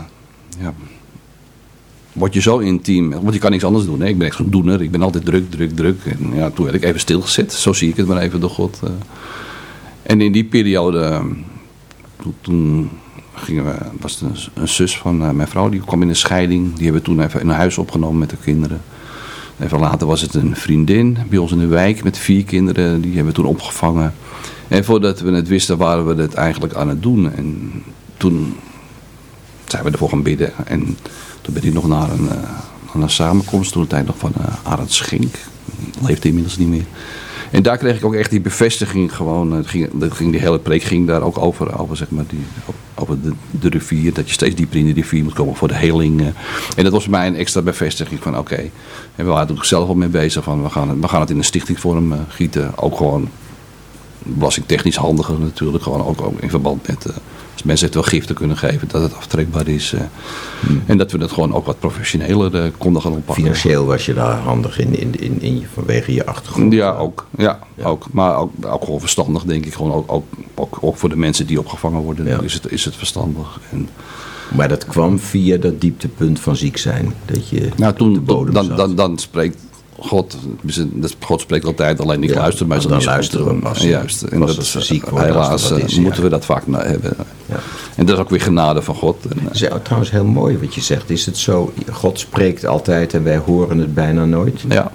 D: word je zo intiem. Want je kan niks anders doen. Hè? Ik ben echt zo'n doener. Ik ben altijd druk. En toen werd ik even stilgezet. Zo zie ik het maar even door God. En in die periode, toen was er een zus van mijn vrouw, die kwam in een scheiding. Die hebben we toen even in een huis opgenomen met de kinderen. Even later was het een vriendin bij ons in de wijk met 4 kinderen. Die hebben we toen opgevangen. En voordat we het wisten, waren we het eigenlijk aan het doen. En toen zijn we ervoor gaan bidden. En toen ben ik nog naar een samenkomst, toen de tijd nog van Arend Schink. Leefde inmiddels niet meer. En daar kreeg ik ook echt die bevestiging gewoon. Die hele preek ging daar ook over zeg maar, over de rivier. Dat je steeds dieper in de rivier moet komen voor de heling. En dat was voor mij een extra bevestiging van oké. En we waren er zelf al mee bezig van we gaan het in een stichtingvorm gieten. Ook gewoon belastingtechnisch handiger natuurlijk. Gewoon ook in verband met als mensen het wel giften kunnen geven. Dat het aftrekbaar is. En dat we het gewoon ook wat professioneler konden gaan oppakken.
C: Financieel was je daar handig in vanwege je achtergrond.
D: Ja, ook. Ja. Ook. Maar ook gewoon verstandig, denk ik. Gewoon ook voor de mensen die opgevangen worden.
C: Ja.
D: Is het verstandig. En,
C: maar dat kwam via dat dieptepunt van ziek zijn. Dat je
D: nou,
C: op de bodem zat.
D: dan spreekt God. God spreekt altijd, alleen ik luister. Maar
C: dan luisteren we pas.
D: Juist. En
C: pas
D: dat
C: als we ziek worden.
D: helaas moeten we dat vaak hebben.
C: Ja.
D: En dat is ook weer genade van God. En,
C: Het is trouwens heel mooi wat je zegt. Is het zo, God spreekt altijd en wij horen het bijna nooit?
D: ja.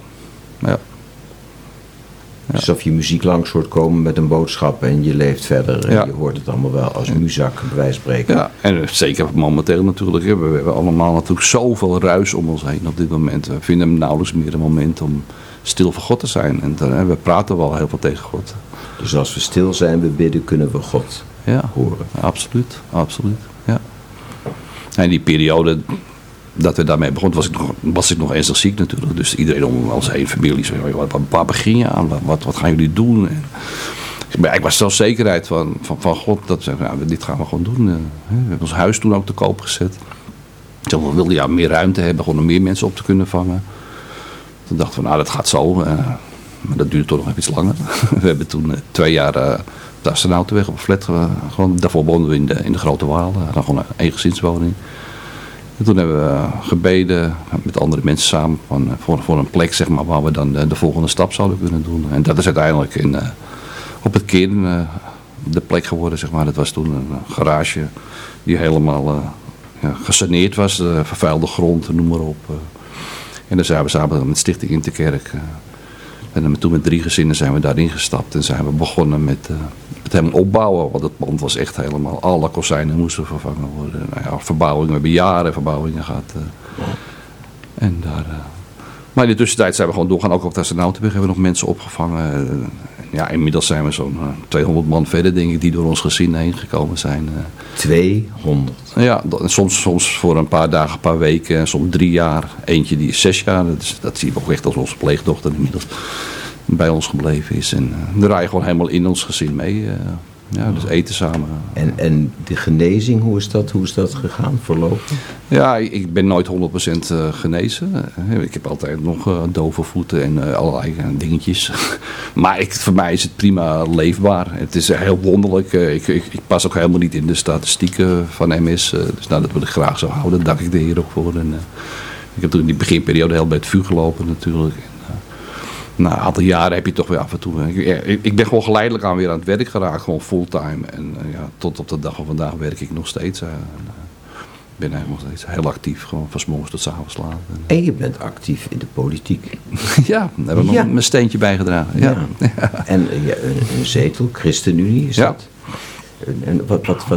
C: Alsof je muziek langs hoort komen met een boodschap en je leeft verder. En
D: Ja.
C: je hoort het allemaal wel als muzak, bij wijze van spreken.
D: Ja, en zeker momenteel natuurlijk. We hebben allemaal natuurlijk zoveel ruis om ons heen op dit moment. We vinden nauwelijks meer een moment om stil voor God te zijn. En we praten wel heel veel tegen God.
C: Dus als we stil zijn, we bidden, kunnen we God horen.
D: Absoluut. Ja. En die periode dat we daarmee begonnen, was ik nog ernstig ziek natuurlijk. Dus iedereen om ons heen, familie, zei, waar begin je aan? Wat gaan jullie doen? En ik was zelfzekerheid van God. Dat we zeggen, dit gaan we gewoon doen. We hebben ons huis toen ook te koop gezet. We wilden meer ruimte hebben, gewoon om meer mensen op te kunnen vangen. Toen dachten we, dat gaat zo. Maar dat duurde toch nog even iets langer. We hebben toen 2 jaar de Astronautenweg op een flat. Gewoon, daarvoor woonden we in de Grote Waal. Dan gewoon een eengezinswoning. En toen hebben we gebeden met andere mensen samen voor een plek, zeg maar, waar we dan de volgende stap zouden kunnen doen. En dat is uiteindelijk op het Kern de plek geworden, zeg maar. Dat was toen een garage die helemaal gesaneerd was, vervuilde grond, noem maar op. En dan zijn we samen met Stichting Interkerk. En toen met 3 gezinnen zijn we daarin gestapt en zijn we begonnen met het helemaal opbouwen. Want het pand was echt helemaal, alle kozijnen moesten vervangen worden. Verbouwingen, we hebben jaren verbouwingen gehad. En daar, maar in de tussentijd zijn we gewoon doorgaan, ook op de Astronautenweg hebben we nog mensen opgevangen. Inmiddels zijn we zo'n 200 man verder, denk ik, die door ons gezin heen gekomen zijn.
C: 200?
D: Ja, soms voor een paar dagen, een paar weken, soms 3 jaar. Eentje die is 6 jaar, dat zie je ook echt als onze pleegdochter inmiddels. bij ons gebleven is. En daar rij je gewoon helemaal in ons gezin mee. Dus eten samen.
C: En de genezing, hoe is dat gegaan, voorlopig?
D: Ja, ik ben nooit 100% genezen. Ik heb altijd nog dove voeten en allerlei dingetjes. Maar voor mij is het prima leefbaar. Het is heel wonderlijk. Ik pas ook helemaal niet in de statistieken van MS. Dus dat wil ik graag zo houden. Daar dank ik de Heer ook voor. En, ik heb toen in die beginperiode heel bij het vuur gelopen natuurlijk. Na een aantal jaren heb je toch weer af en toe... Ik ben gewoon geleidelijk weer aan het werk geraakt, gewoon fulltime. En tot op de dag van vandaag werk ik nog steeds. Ik ben eigenlijk nog steeds heel actief, gewoon van 's morgens tot 's avonds laat.
C: En je bent actief in de politiek.
D: Ja, daar heb ik nog mijn steentje bijgedragen. Ja.
C: En een zetel, ChristenUnie is dat? En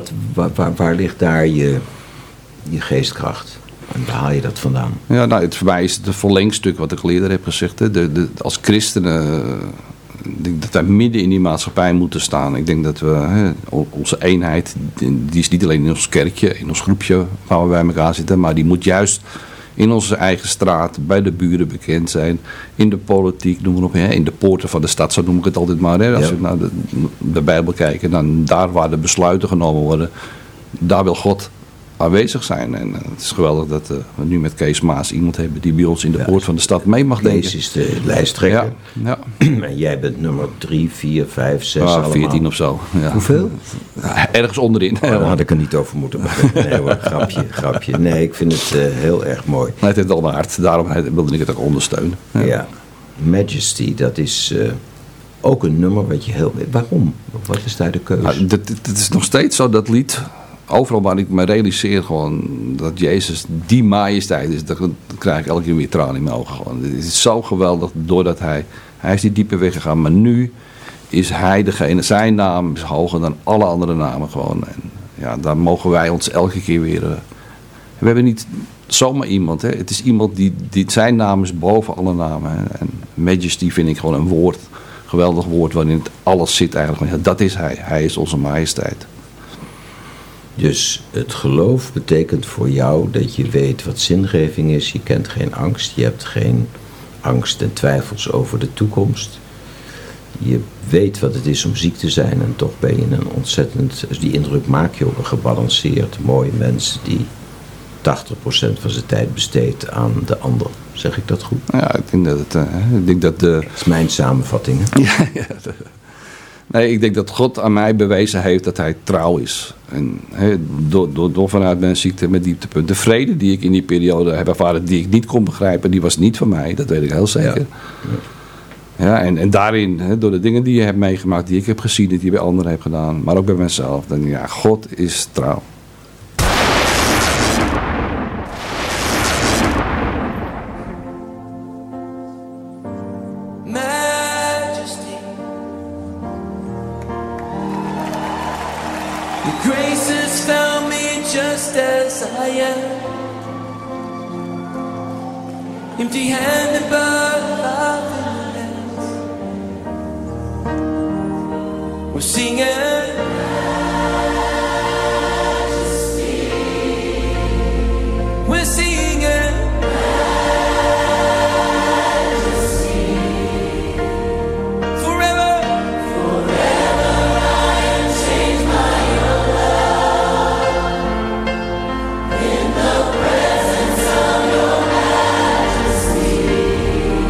C: waar ligt daar je geestkracht? En waar haal je dat vandaan?
D: Ja, voor mij is het een verlengstuk wat ik al eerder heb gezegd. Hè. Als christenen, ik denk dat wij midden in die maatschappij moeten staan. Ik denk dat we, onze eenheid, die is niet alleen in ons kerkje, in ons groepje waar we bij elkaar zitten. Maar die moet juist in onze eigen straat, bij de buren bekend zijn. In de politiek, noem maar op. In de poorten van de stad, zo noem ik het altijd maar. Hè. Als we naar de Bijbel kijken, dan daar waar de besluiten genomen worden, daar wil God aanwezig zijn. En het is geweldig dat we nu met Kees Maas iemand hebben die bij ons in de poort van de stad mee mag denken.
C: Kees is de lijsttrekker.
D: Ja.
C: En jij bent nummer 3, 4, 5, 6 allemaal.
D: 14 of zo. Ja.
C: Hoeveel?
D: Ergens onderin.
C: Daar had ik er niet over moeten beginnen. Nee hoor, grapje. Nee, ik vind het heel erg mooi.
D: Het heeft al mijn hart. Daarom wilde ik het ook ondersteunen.
C: Ja. Majesty, dat is ook een nummer wat je heel... Waarom? Wat is daar de keuze?
D: Het is nog steeds zo, dat lied... Overal waar ik me realiseer gewoon dat Jezus die majesteit is, dan krijg ik elke keer weer tranen in mijn ogen. Gewoon. Het is zo geweldig doordat hij is die diepe weg gegaan. Maar nu is hij degene, zijn naam is hoger dan alle andere namen gewoon. En daar mogen wij ons elke keer weer... we hebben niet zomaar iemand. Hè. Het is iemand die zijn naam is boven alle namen. Hè. En Majesty vind ik gewoon een woord, geweldig woord waarin het alles zit eigenlijk. Ja, dat is hij. Hij is onze majesteit.
C: Dus het geloof betekent voor jou dat je weet wat zingeving is. Je kent geen angst. Je hebt geen angst en twijfels over de toekomst. Je weet wat het is om ziek te zijn. En toch ben je een ontzettend... Die indruk maak je ook een gebalanceerd, mooi mens die 80% van zijn tijd besteedt aan de ander. Zeg ik dat goed?
D: Ja, ik denk dat
C: dat is mijn samenvatting.
D: Ja. Nee, ik denk dat God aan mij bewezen heeft dat hij trouw is. En door vanuit mijn ziekte met dieptepunt. De vrede die ik in die periode heb ervaren, die ik niet kon begrijpen, die was niet van mij. Dat weet ik heel zeker. Ja, en daarin, door de dingen die je hebt meegemaakt, die ik heb gezien, die je bij anderen hebt gedaan, maar ook bij mezelf. Dan denk ik, God is trouw.
B: Grace has found me just as I am, empty-handed but others. We're singing, we're singing, forever, forever I am changed by your love. In the presence of your majesty.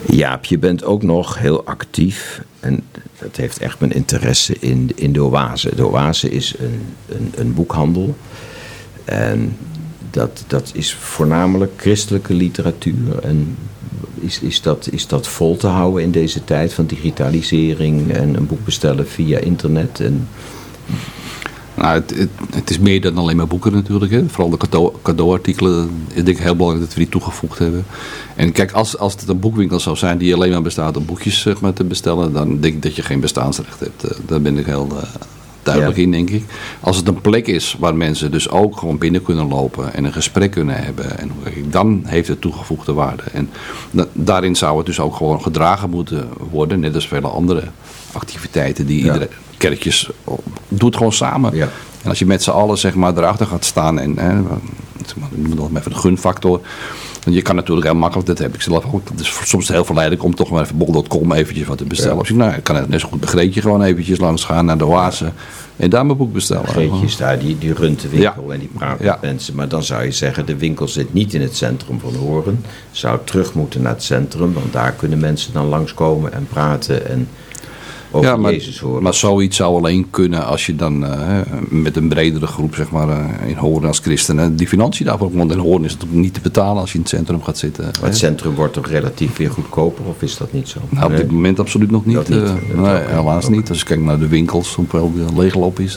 C: Jaap, je bent ook nog heel actief en dat heeft echt mijn interesse in de Oase. De Oase is een boekhandel en dat is voornamelijk christelijke literatuur. En is dat vol te houden in deze tijd van digitalisering en een boek bestellen via internet?
D: Nou, het is meer dan alleen maar boeken natuurlijk. Hè. Vooral de cadeauartikelen. Ik denk heel belangrijk dat we die toegevoegd hebben. En kijk, als het een boekwinkel zou zijn die alleen maar bestaat om boekjes zeg maar, te bestellen, dan denk ik dat je geen bestaansrecht hebt. Daar ben ik heel duidelijk in, denk ik. Als het een plek is waar mensen dus ook gewoon binnen kunnen lopen en een gesprek kunnen hebben, en dan heeft het toegevoegde waarde. En daarin zou het dus ook gewoon gedragen moeten worden, net als vele andere activiteiten die iedere kerkjes doet gewoon samen. Ja. En als je met z'n allen zeg maar erachter gaat staan en ik noem het even de gunfactor. Want je kan natuurlijk heel makkelijk, dat heb ik zelf ook. Het is soms heel verleidelijk om toch maar even bol.com eventjes wat te bestellen. Ja. Ik kan net zo goed bij Greetje gewoon eventjes langs gaan naar de Oase en daar mijn boek bestellen.
C: Greetje is daar, die runt de winkel en die praat met mensen. Maar dan zou je zeggen, de winkel zit niet in het centrum van Hoorn. Zou terug moeten naar het centrum, want daar kunnen mensen dan langskomen en praten en over Jezus horen. Maar
D: zoiets zou alleen kunnen als je dan met een bredere groep zeg maar, in Hoorn als christenen die financiën daarvoor. Want in Hoorn is het niet te betalen als je in het centrum gaat zitten. Maar
C: het centrum wordt toch relatief weer goedkoper of is dat niet zo?
D: Nou, op dit moment absoluut nog niet. Nee, helaas niet. Als je kijkt naar de winkels, hoeveel leegloop is.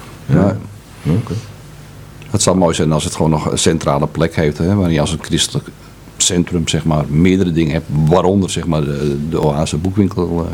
D: Het zou mooi zijn als het gewoon nog een centrale plek heeft. Waar je als een christelijk centrum zeg maar, meerdere dingen hebt. Waaronder zeg maar, de Oase boekwinkel.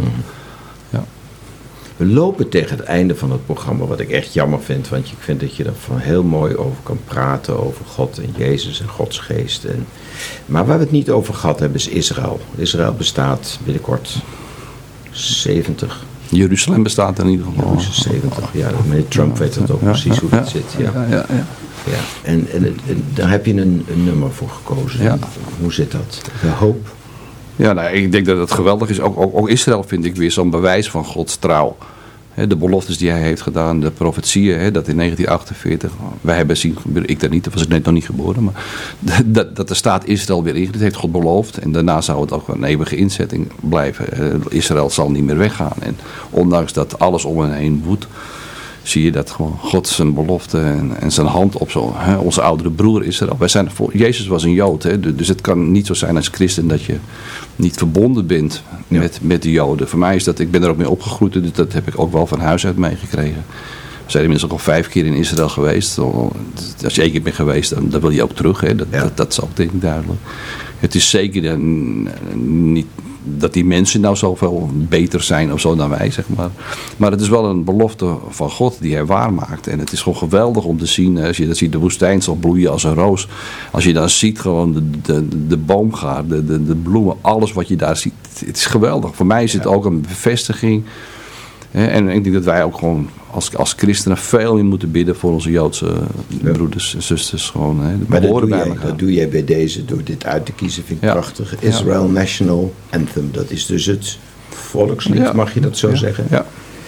C: We lopen tegen het einde van het programma, wat ik echt jammer vind. Want ik vind dat je er van heel mooi over kan praten. Over God en Jezus en Gods geest. Maar waar we het niet over gehad hebben is Israël. Israël bestaat binnenkort 70.
D: Jeruzalem bestaat in ieder geval.
C: 70, ja. Meneer Trump weet het ook precies hoe het zit. Ja. En daar heb je een nummer voor gekozen. Ja. Hoe zit dat? De hoop.
D: Ja, nou, ik denk dat het geweldig is. Ook Israël vind ik weer zo'n bewijs van Gods trouw. De beloftes die hij heeft gedaan, de profetieën, dat in 1948, wij hebben zien gebeuren, ik daar niet, dat was ik net nog niet geboren, maar dat de staat Israël weer ingericht heeft God beloofd. En daarna zou het ook een eeuwige inzetting blijven. Israël zal niet meer weggaan. En ondanks dat alles om hen heen woedt, zie je dat gewoon God zijn belofte en zijn hand op onze oudere broer Israël. Jezus was een Jood, dus het kan niet zo zijn als christen dat je niet verbonden bent met de Joden. Voor mij is dat, ik ben er ook mee opgegroeid, dus dat heb ik ook wel van huis uit meegekregen. We zijn inmiddels ook al 5 keer in Israël geweest. Als je 1 keer bent geweest, dan wil je ook terug. Dat is ook denk ik duidelijk. Het is zeker niet dat die mensen nou zoveel beter zijn of zo dan wij, zeg maar. Maar het is wel een belofte van God die hij waarmaakt. En het is gewoon geweldig om te zien. Als je dat ziet, de woestijn zal bloeien als een roos. Als je dan ziet gewoon de boomgaard, de bloemen, alles wat je daar ziet. Het is geweldig. Voor mij is het ook een bevestiging. En ik denk dat wij ook gewoon als christenen veel in moeten bidden voor onze Joodse broeders en zusters. Gewoon,
C: maar dat doe jij bij deze door dit uit te kiezen, vind ik prachtig. Israel National Anthem, dat is dus het volkslied, mag je dat zo zeggen?
D: Ja.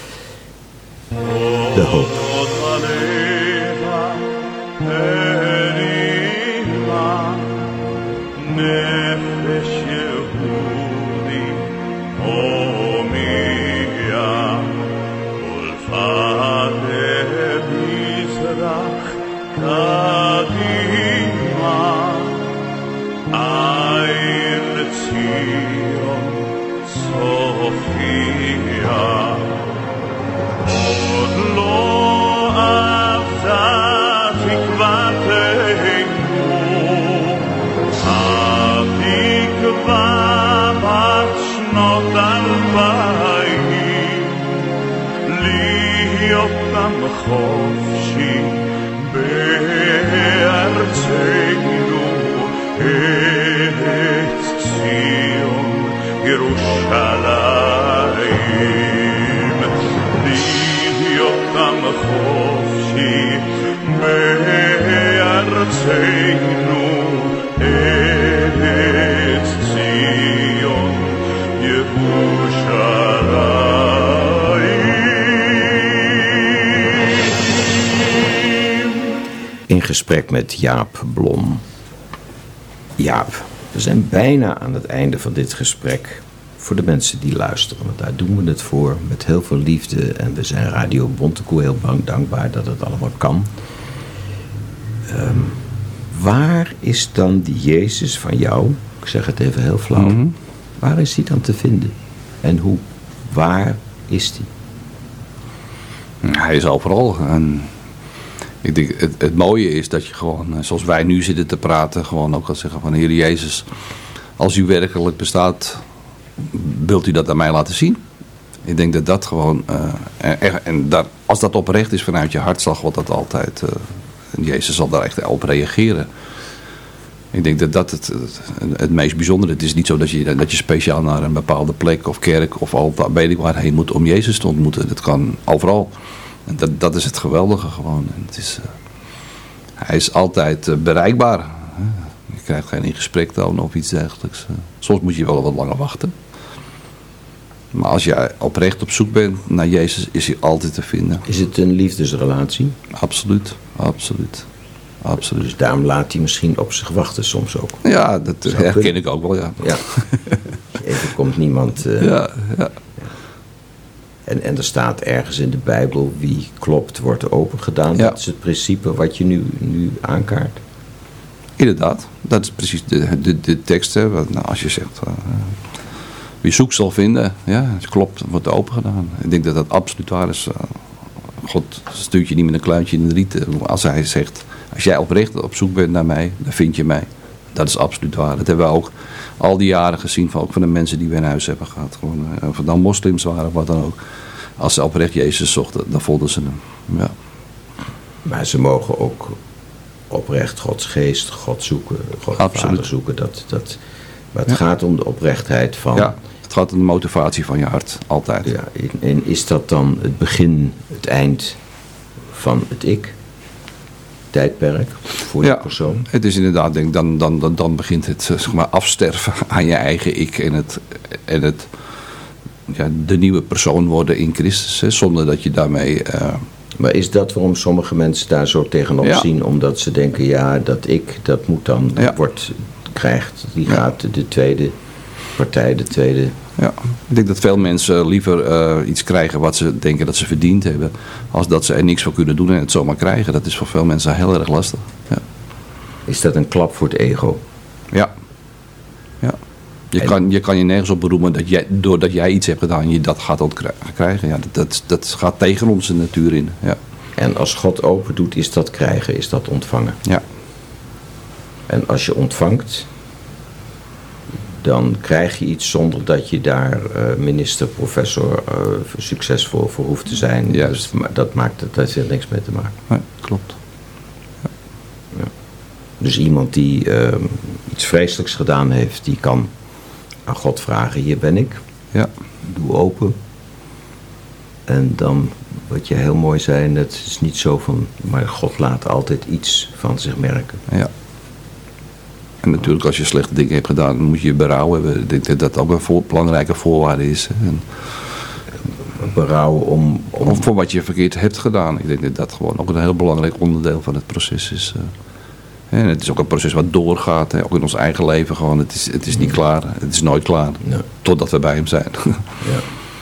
C: De hoop.
F: חופשי בארצנו את ציון ירושלים להיות עם חופשי בארצנו את ציון ירושלים.
C: In gesprek met Jaap Blom. Jaap, We zijn bijna aan het einde van dit gesprek. Voor de mensen die luisteren, want daar doen we het voor. Met heel veel liefde. En we zijn Radio Bontekoe heel dankbaar dat het allemaal kan. Waar is dan die Jezus van jou? Ik zeg het even heel flauw.
D: Mm-hmm.
C: Waar is die dan te vinden? En hoe? Waar is die?
D: Hij is overal. En ik denk, het mooie is dat je gewoon, zoals wij nu zitten te praten, gewoon ook kan zeggen van Heer Jezus, als u werkelijk bestaat, wilt u dat aan mij laten zien? Ik denk dat dat gewoon, als dat oprecht is vanuit je hartslag, wordt dat altijd, Jezus zal daar echt op reageren. Ik denk dat dat het meest bijzondere is. Het is niet zo dat je speciaal naar een bepaalde plek of kerk of altaar, weet ik waarheen moet om Jezus te ontmoeten. Dat kan overal. En dat is het geweldige gewoon. En het is, hij is altijd bereikbaar. Je krijgt geen ingesprektoon of iets dergelijks. Soms moet je wel wat langer wachten. Maar als je oprecht op zoek bent naar Jezus, is hij altijd te vinden.
C: Is het een liefdesrelatie?
D: Absoluut, absoluut. Absoluut.
C: Dus daarom laat hij misschien op zich wachten soms ook.
D: Ja, dat herken ik ook wel, ja.
C: Ja. Even komt niemand...
D: Ja.
C: En er staat ergens in de Bijbel, wie klopt wordt opengedaan.
D: Ja.
C: Dat is het principe wat je nu aankaart.
D: Inderdaad, dat is precies de tekst. Hè. Als je zegt, wie zoekt zal vinden, ja, het klopt, wordt opengedaan. Ik denk dat dat absoluut waar is. God stuurt je niet met een kluitje in de riet. Als hij zegt, als jij oprecht op zoek bent naar mij, dan vind je mij. Dat is absoluut waar. Dat hebben we ook al die jaren gezien, ook van de mensen die we in huis hebben gehad. Gewoon, of het dan moslims waren of wat dan ook. Als ze oprecht Jezus zochten, dan vonden ze hem. Ja.
C: Maar ze mogen ook oprecht Gods geest, God zoeken, God Vader zoeken. Maar het gaat om de oprechtheid van...
D: Ja, het gaat om de motivatie van je hart, altijd.
C: Ja, en is dat dan het begin, het eind van het ik? Tijdperk voor die persoon?
D: Het is inderdaad, denk dan begint het zeg maar, afsterven aan je eigen ik en het de nieuwe persoon worden in Christus, hè, zonder dat je daarmee...
C: Maar is dat waarom sommige mensen daar zo tegenop zien? Omdat ze denken, ja, dat ik, dat moet dan, krijgt, die gaat de tweede partij, de tweede...
D: Ja, ik denk dat veel mensen liever iets krijgen wat ze denken dat ze verdiend hebben, als dat ze er niks voor kunnen doen en het zomaar krijgen. Dat is voor veel mensen heel erg lastig. Ja.
C: Is dat een klap voor het ego?
D: Ja. Je kan je nergens op beroemen dat doordat jij iets hebt gedaan, je dat gaat krijgen. Ja, dat gaat tegen onze natuur in. Ja.
C: En als God open doet, is dat krijgen, is dat ontvangen?
D: Ja.
C: En als je ontvangt, dan krijg je iets zonder dat je daar minister, professor, succesvol voor hoeft te zijn.
D: Juist.
C: Dus dat heeft niks mee te maken.
D: Nee, klopt.
C: Ja. Dus iemand die iets vreselijks gedaan heeft, die kan aan God vragen, hier ben ik.
D: Ja.
C: Doe open. En dan, wat je heel mooi zei, het is niet zo van, maar God laat altijd iets van zich merken.
D: Ja. En natuurlijk als je slechte dingen hebt gedaan, dan moet je berouw hebben. Ik denk dat dat ook een belangrijke voorwaarde is. En
C: berouw om...
D: voor wat je verkeerd hebt gedaan. Ik denk dat dat gewoon ook een heel belangrijk onderdeel van het proces is. En het is ook een proces wat doorgaat, hè. Ook in ons eigen leven gewoon. Het is niet klaar, het is nooit klaar.
C: Nee.
D: Totdat we bij hem zijn.
C: Ja.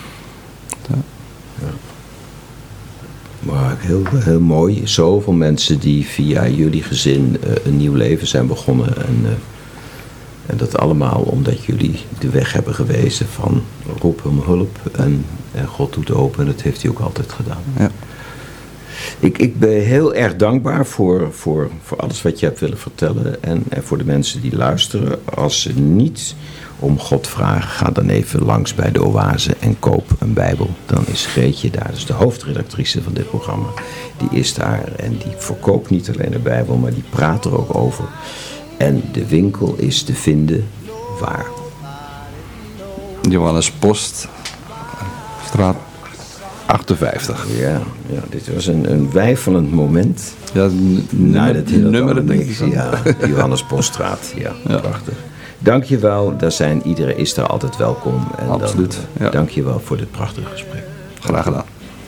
C: Maar heel mooi. Zoveel mensen die via jullie gezin een nieuw leven zijn begonnen. En dat allemaal omdat jullie de weg hebben gewezen van roep om hulp. En God doet open. En dat heeft hij ook altijd gedaan.
D: Ja.
C: Ik ben heel erg dankbaar voor alles wat je hebt willen vertellen. En voor de mensen die luisteren. Als ze niet om God vragen, ga dan even langs bij de Oase en koop een Bijbel. Dan is Greetje daar, dus de hoofdredactrice van dit programma. Die is daar en die verkoopt niet alleen een Bijbel, maar die praat er ook over. En de winkel is te vinden waar?
D: Johannes Post, straat 58.
C: Ja, dit was een weifelend moment.
D: Ja,
C: dat
D: nummer denk ik.
C: Ja, de Johannes Poststraat. Ja, prachtig. Dankjewel, iedereen is daar altijd welkom. En
D: absoluut.
C: Dan, dankjewel voor dit prachtige gesprek.
D: Graag gedaan.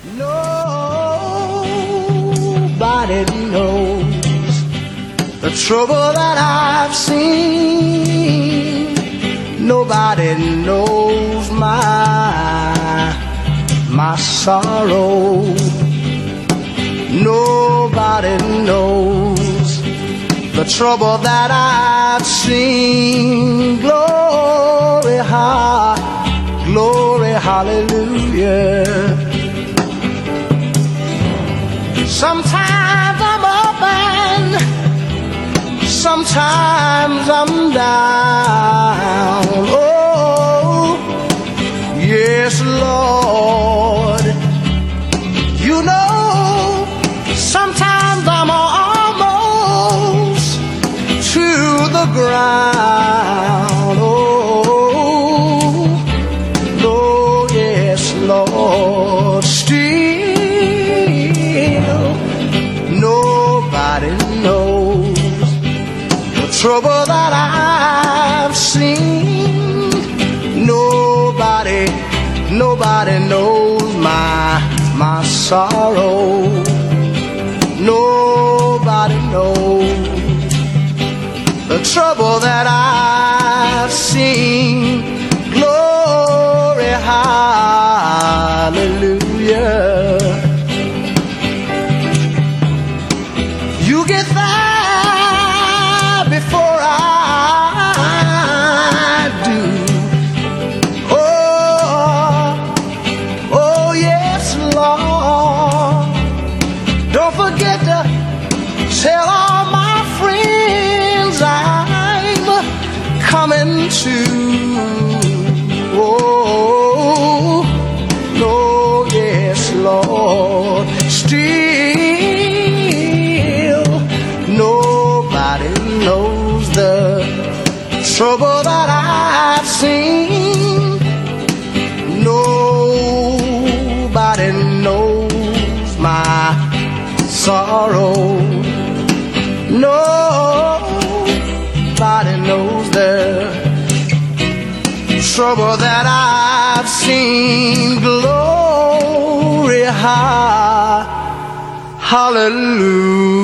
B: Nobody knows the trouble that I've seen.
G: Nobody knows my sorrow. Nobody knows the trouble that I've seen. Glory, glory, hallelujah. Sometimes I'm up and sometimes I'm down. Oh, yes, Lord. You know, sometimes I'm almost to the ground. Oh, oh, yes, Lord. Still, nobody knows the trouble that I've seen. Nobody knows my sorrow. Nobody knows the trouble that I've seen. Glory, hallelujah. You get there before I do. Oh yes, Lord. Don't forget to tell all my friends I'm coming to. Oh, no, yes, Lord. Still, nobody knows the trouble that I've seen. Nobody knows my sorrow. Nobody knows the trouble that I've seen. Glory, hallelujah.